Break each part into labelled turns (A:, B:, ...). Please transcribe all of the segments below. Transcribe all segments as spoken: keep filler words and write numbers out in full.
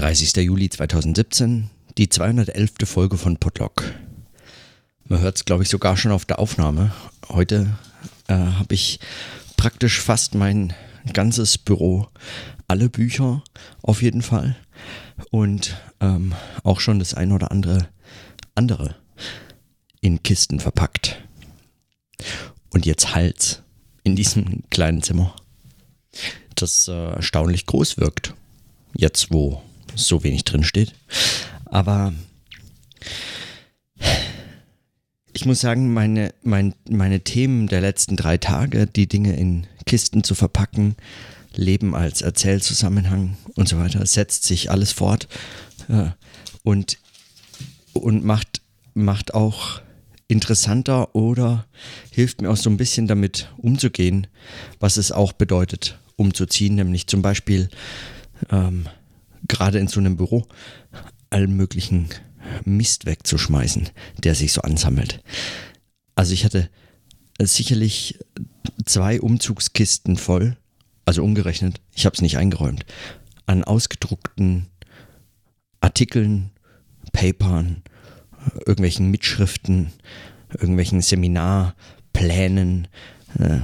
A: dreißigster Juli zweitausendsiebzehn, die zweihundertelfte Folge von Podlog. Man hört es, glaube ich, sogar schon auf der Aufnahme. Heute äh, habe ich praktisch fast mein ganzes Büro, alle Bücher auf jeden Fall und ähm, auch schon das ein oder andere andere in Kisten verpackt. Und jetzt Hals in diesem kleinen Zimmer, das äh, erstaunlich groß wirkt. Jetzt, wo so wenig drin steht. Aber ich muss sagen, meine, mein, meine Themen der letzten drei Tage, die Dinge in Kisten zu verpacken, Leben als Erzählzusammenhang und so weiter, setzt sich alles fort äh, und, und macht, macht auch interessanter oder hilft mir auch so ein bisschen damit umzugehen, was es auch bedeutet, umzuziehen, nämlich zum Beispiel ähm, gerade in so einem Büro allen möglichen Mist wegzuschmeißen, der sich so ansammelt. Also ich hatte sicherlich zwei Umzugskisten voll, also umgerechnet, ich habe es nicht eingeräumt, an ausgedruckten Artikeln, Papern, irgendwelchen Mitschriften, irgendwelchen Seminarplänen, äh,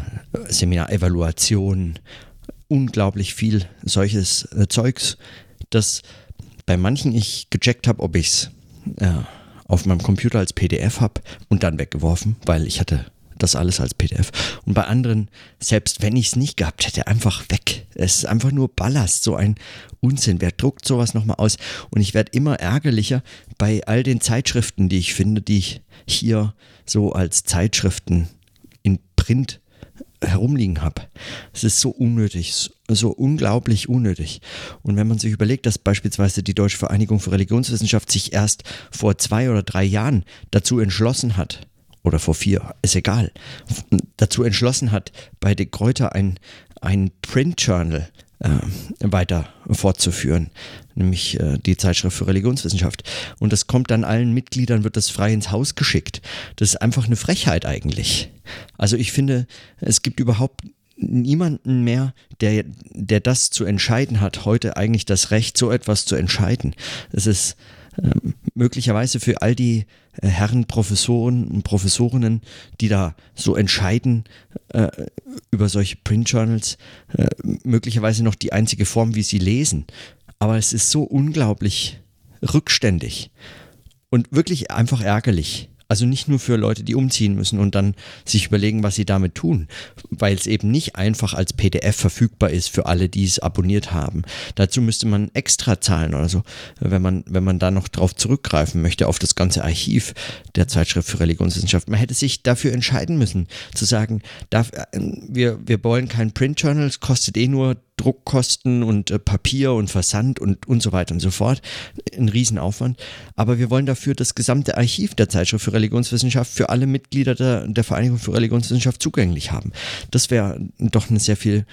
A: Seminarevaluationen, unglaublich viel solches äh, Zeugs, das bei manchen ich gecheckt habe, ob ich es äh, auf meinem Computer als P D F habe und dann weggeworfen, weil ich hatte das alles als P D F. Und bei anderen, selbst wenn ich es nicht gehabt hätte, einfach weg. Es ist einfach nur Ballast, so ein Unsinn. Wer druckt sowas nochmal aus? Und ich werde immer ärgerlicher bei all den Zeitschriften, die ich finde, die ich hier so als Zeitschriften in Print herumliegen habe. Es ist so unnötig, so unglaublich unnötig. Und wenn man sich überlegt, dass beispielsweise die Deutsche Vereinigung für Religionswissenschaft sich erst vor zwei oder drei Jahren dazu entschlossen hat, oder vor vier, ist egal, dazu entschlossen hat, bei De Gruyter ein, ein Print-Journal äh, weiter fortzuführen, nämlich äh, die Zeitschrift für Religionswissenschaft. Und das kommt dann allen Mitgliedern, wird das frei ins Haus geschickt. Das ist einfach eine Frechheit eigentlich. Also ich finde, es gibt überhaupt niemanden mehr, der, der das zu entscheiden hat, heute eigentlich das Recht, so etwas zu entscheiden. Es ist ähm, möglicherweise für all die äh, Herren Professoren und Professorinnen, die da so entscheiden äh, über solche Print-Journals, äh, möglicherweise noch die einzige Form, wie sie lesen. Aber es ist so unglaublich rückständig und wirklich einfach ärgerlich. Also nicht nur für Leute, die umziehen müssen und dann sich überlegen, was sie damit tun, weil es eben nicht einfach als P D F verfügbar ist für alle, die es abonniert haben. Dazu müsste man extra zahlen oder so, wenn man, wenn man da noch drauf zurückgreifen möchte, auf das ganze Archiv der Zeitschrift für Religionswissenschaft. Man hätte sich dafür entscheiden müssen, zu sagen, darf, wir, wir wollen kein Print-Journal, es kostet eh nur Druckkosten und äh, Papier und Versand und, und so weiter und so fort. Ein Riesenaufwand. Aber wir wollen dafür das gesamte Archiv der Zeitschrift für Religionswissenschaft für alle Mitglieder der, der Vereinigung für Religionswissenschaft zugänglich haben. Das wäre doch eine sehr viel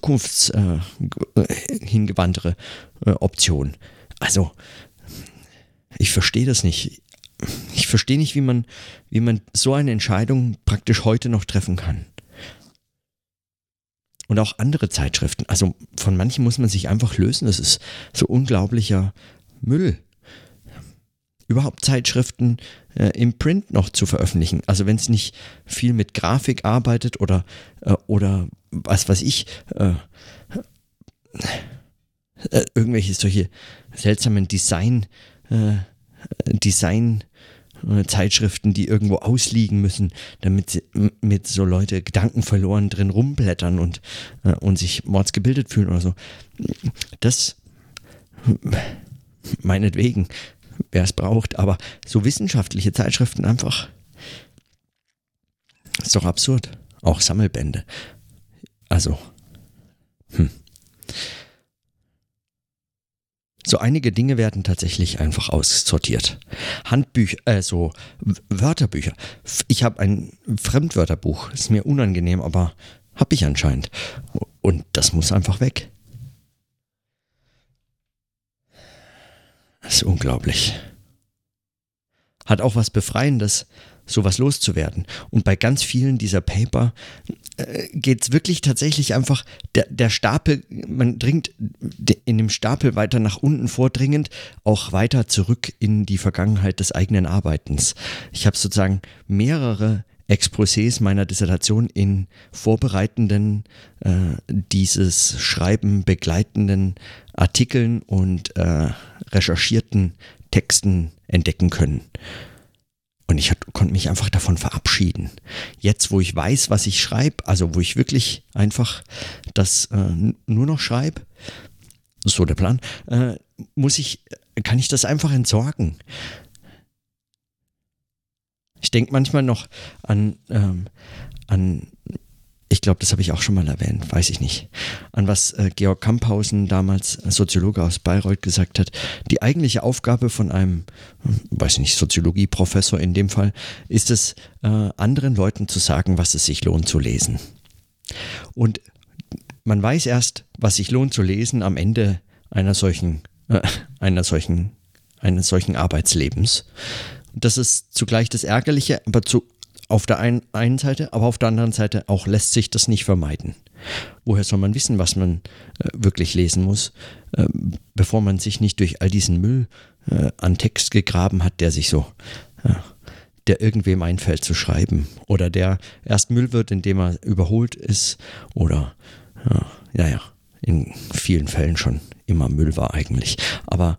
A: zukunftshingewandtere äh, äh, Option. Also, ich verstehe das nicht. Ich verstehe nicht, wie man, wie man so eine Entscheidung praktisch heute noch treffen kann. Und auch andere Zeitschriften. Also von manchen muss man sich einfach lösen. Das ist so unglaublicher Müll. Überhaupt Zeitschriften äh, im Print noch zu veröffentlichen. Also wenn es nicht viel mit Grafik arbeitet oder, äh, oder was weiß ich, äh, äh, irgendwelche solche seltsamen Design, äh, Design Zeitschriften, die irgendwo ausliegen müssen, damit sie, mit so Leute Gedanken verloren drin rumblättern und, äh, und sich mordsgebildet fühlen oder so. Das meinetwegen, wer es braucht, aber so wissenschaftliche Zeitschriften einfach ist doch absurd. Auch Sammelbände. Also, hm. So einige Dinge werden tatsächlich einfach aussortiert. Handbücher, äh, so Wörterbücher. Ich habe ein Fremdwörterbuch, ist mir unangenehm, aber habe ich anscheinend. Und das muss einfach weg. Das ist unglaublich. Hat auch was Befreiendes, sowas loszuwerden. Und bei ganz vielen dieser Paper äh, geht es wirklich tatsächlich einfach, der, der Stapel, man dringt in dem Stapel weiter nach unten vordringend, auch weiter zurück in die Vergangenheit des eigenen Arbeitens. Ich habe sozusagen mehrere Exposés meiner Dissertation in vorbereitenden, äh, dieses Schreiben begleitenden Artikeln und äh, recherchierten Texten entdecken können. Und ich hat, konnte mich einfach davon verabschieden. Jetzt, wo ich weiß, was ich schreibe, also wo ich wirklich einfach das äh, nur noch schreibe, so der Plan, äh, muss ich, kann ich das einfach entsorgen. Ich denke manchmal noch an, ähm, an ich glaube, das habe ich auch schon mal erwähnt, weiß ich nicht, an was äh, Georg Kamphausen, damals Soziologe aus Bayreuth, gesagt hat. Die eigentliche Aufgabe von einem, weiß ich nicht, Soziologieprofessor in dem Fall, ist es, äh, anderen Leuten zu sagen, was es sich lohnt zu lesen. Und man weiß erst, was sich lohnt zu lesen am Ende einer solchen, äh, einer solchen, eines solchen Arbeitslebens. Das ist zugleich das Ärgerliche, aber zu Auf der einen, einen Seite, aber auf der anderen Seite auch lässt sich das nicht vermeiden. Woher soll man wissen, was man äh, wirklich lesen muss, äh, bevor man sich nicht durch all diesen Müll äh, an Text gegraben hat, der sich so, äh, der irgendwem einfällt zu schreiben oder der erst Müll wird, indem er überholt ist oder, ja, ja, ja, in vielen Fällen schon immer Müll war eigentlich. Aber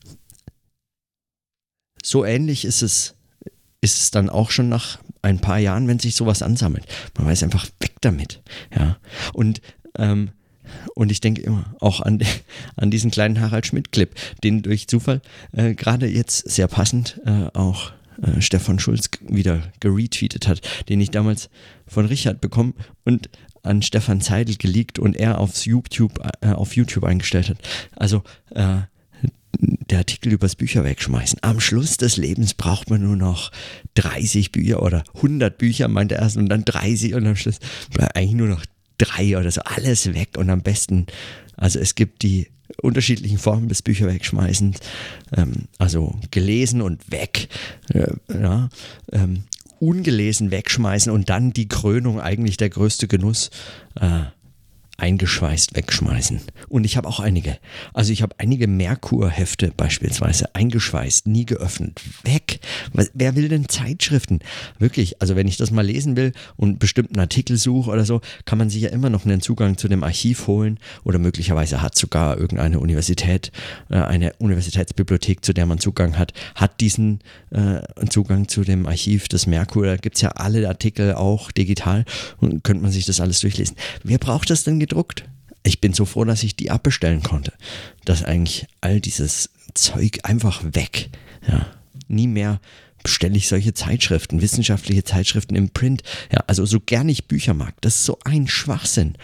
A: so ähnlich ist es, ist es dann auch schon nach ein paar Jahren, wenn sich sowas ansammelt. Man weiß einfach, weg damit. Ja. Und, ähm, und ich denke immer auch an, an diesen kleinen Harald Schmidt-Clip, den durch Zufall äh, gerade jetzt sehr passend äh, auch äh, Stefan Schulz wieder geretweetet hat, den ich damals von Richard bekommen und an Stefan Zeidel geleakt und er aufs YouTube, äh, auf YouTube eingestellt hat. Also äh, der Artikel übers Bücher wegschmeißen. Am Schluss des Lebens braucht man nur noch dreißig Bücher oder hundert Bücher, meinte er erst, und dann dreißig und am Schluss eigentlich nur noch drei oder so. Alles weg und am besten, also es gibt die unterschiedlichen Formen des Bücher wegschmeißens, ähm, also gelesen und weg, äh, ja, ähm, ungelesen wegschmeißen und dann die Krönung, eigentlich der größte Genuss, äh, eingeschweißt wegschmeißen. Und ich habe auch einige. Also ich habe einige Merkur-Hefte beispielsweise eingeschweißt, nie geöffnet, weg. Was, wer will denn Zeitschriften? Wirklich, also wenn ich das mal lesen will und einen bestimmten Artikel suche oder so, kann man sich ja immer noch einen Zugang zu dem Archiv holen oder möglicherweise hat sogar irgendeine Universität, äh, eine Universitätsbibliothek, zu der man Zugang hat, hat diesen äh, Zugang zu dem Archiv des Merkur. Da gibt es ja alle Artikel auch digital und könnte man sich das alles durchlesen. Wer braucht das denn gedruckt? Ich bin so froh, dass ich die abbestellen konnte. Dass eigentlich all dieses Zeug einfach weg. Ja, nie mehr bestelle ich solche Zeitschriften, wissenschaftliche Zeitschriften im Print. Ja, also so gern ich Bücher mag, das ist so ein Schwachsinn.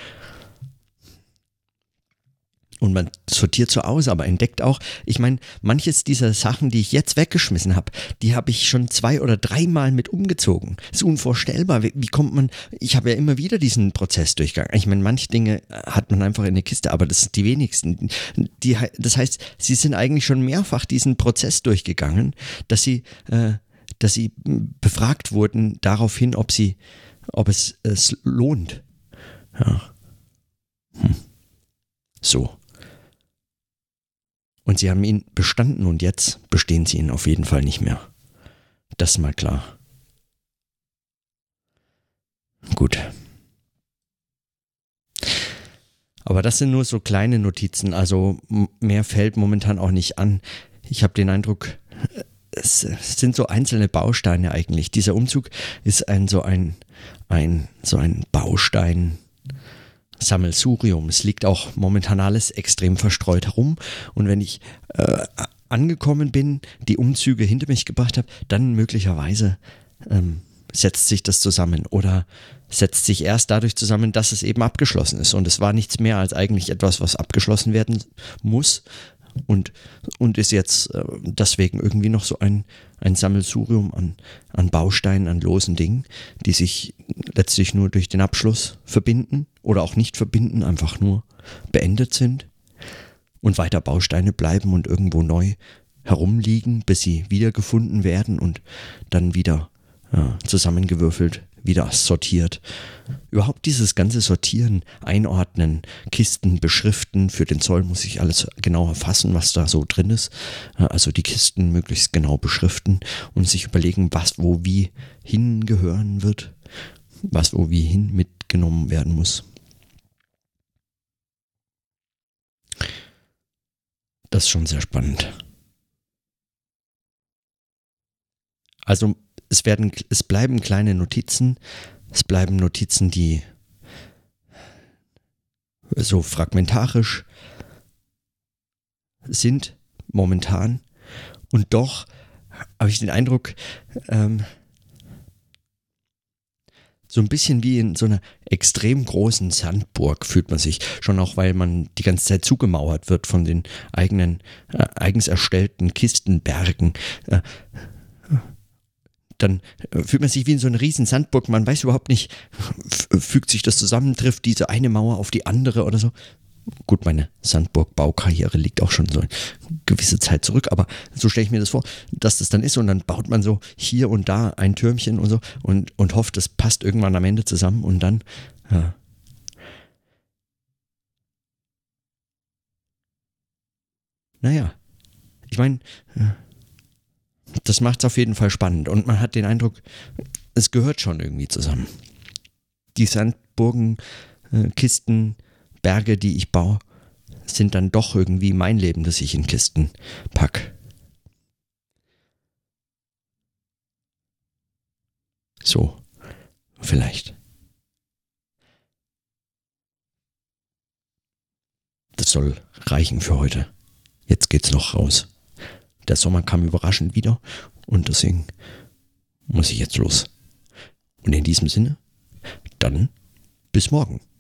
A: Und man sortiert so aus, aber entdeckt auch, ich meine, manches dieser Sachen, die ich jetzt weggeschmissen habe, die habe ich schon zwei oder dreimal mit umgezogen. Das ist unvorstellbar. Wie, wie kommt man, ich habe ja immer wieder diesen Prozess durchgegangen. Ich meine, manche Dinge hat man einfach in der Kiste, aber das sind die wenigsten. Die, das heißt, sie sind eigentlich schon mehrfach diesen Prozess durchgegangen, dass sie, äh, dass sie befragt wurden daraufhin, ob sie, ob es es lohnt. Ja. Hm. So. Und sie haben ihn bestanden und jetzt bestehen sie ihn auf jeden Fall nicht mehr. Das ist mal klar. Gut. Aber das sind nur so kleine Notizen, also mehr fällt momentan auch nicht an. Ich habe den Eindruck, es sind so einzelne Bausteine eigentlich. Dieser Umzug ist ein so ein, ein, so ein Baustein. Sammelsurium. Es liegt auch momentan alles extrem verstreut herum und wenn ich äh, angekommen bin, die Umzüge hinter mich gebracht habe, dann möglicherweise ähm, setzt sich das zusammen oder setzt sich erst dadurch zusammen, dass es eben abgeschlossen ist und es war nichts mehr als eigentlich etwas, was abgeschlossen werden muss und, und ist jetzt äh, deswegen irgendwie noch so ein, ein Sammelsurium an, an Bausteinen, an losen Dingen, die sich letztlich nur durch den Abschluss verbinden oder auch nicht verbinden, einfach nur beendet sind und weiter Bausteine bleiben und irgendwo neu herumliegen, bis sie wiedergefunden werden und dann wieder ja, zusammengewürfelt wieder sortiert. Überhaupt dieses ganze Sortieren, Einordnen, Kisten beschriften. Für den Zoll muss ich alles genau erfassen, was da so drin ist. Also die Kisten möglichst genau beschriften und sich überlegen, was wo wie hingehören wird, was wo wie hin mitgenommen werden muss. Das ist schon sehr spannend. Also es werden, es bleiben kleine Notizen, es bleiben Notizen, die so fragmentarisch sind momentan. Und doch habe ich den Eindruck, ähm, so ein bisschen wie in so einer extrem großen Sandburg fühlt man sich. Schon auch, weil man die ganze Zeit zugemauert wird von den eigenen, äh, eigens erstellten Kistenbergen. Äh, dann fühlt man sich wie in so einer riesen Sandburg. Man weiß überhaupt nicht, fügt sich das zusammen, trifft diese eine Mauer auf die andere oder so. Gut, meine Sandburg-Baukarriere liegt auch schon so eine gewisse Zeit zurück, aber so stelle ich mir das vor, dass das dann ist und dann baut man so hier und da ein Türmchen und so und, und hofft, das passt irgendwann am Ende zusammen und dann, ja. Naja, ich meine, das macht es auf jeden Fall spannend und man hat den Eindruck, es gehört schon irgendwie zusammen. Die Sandburgen, äh, Kisten, Berge, die ich baue, sind dann doch irgendwie mein Leben, das ich in Kisten pack. So, vielleicht. Das soll reichen für heute. Jetzt geht's noch raus. Der Sommer kam überraschend wieder und deswegen muss ich jetzt los. Und in diesem Sinne, dann bis morgen.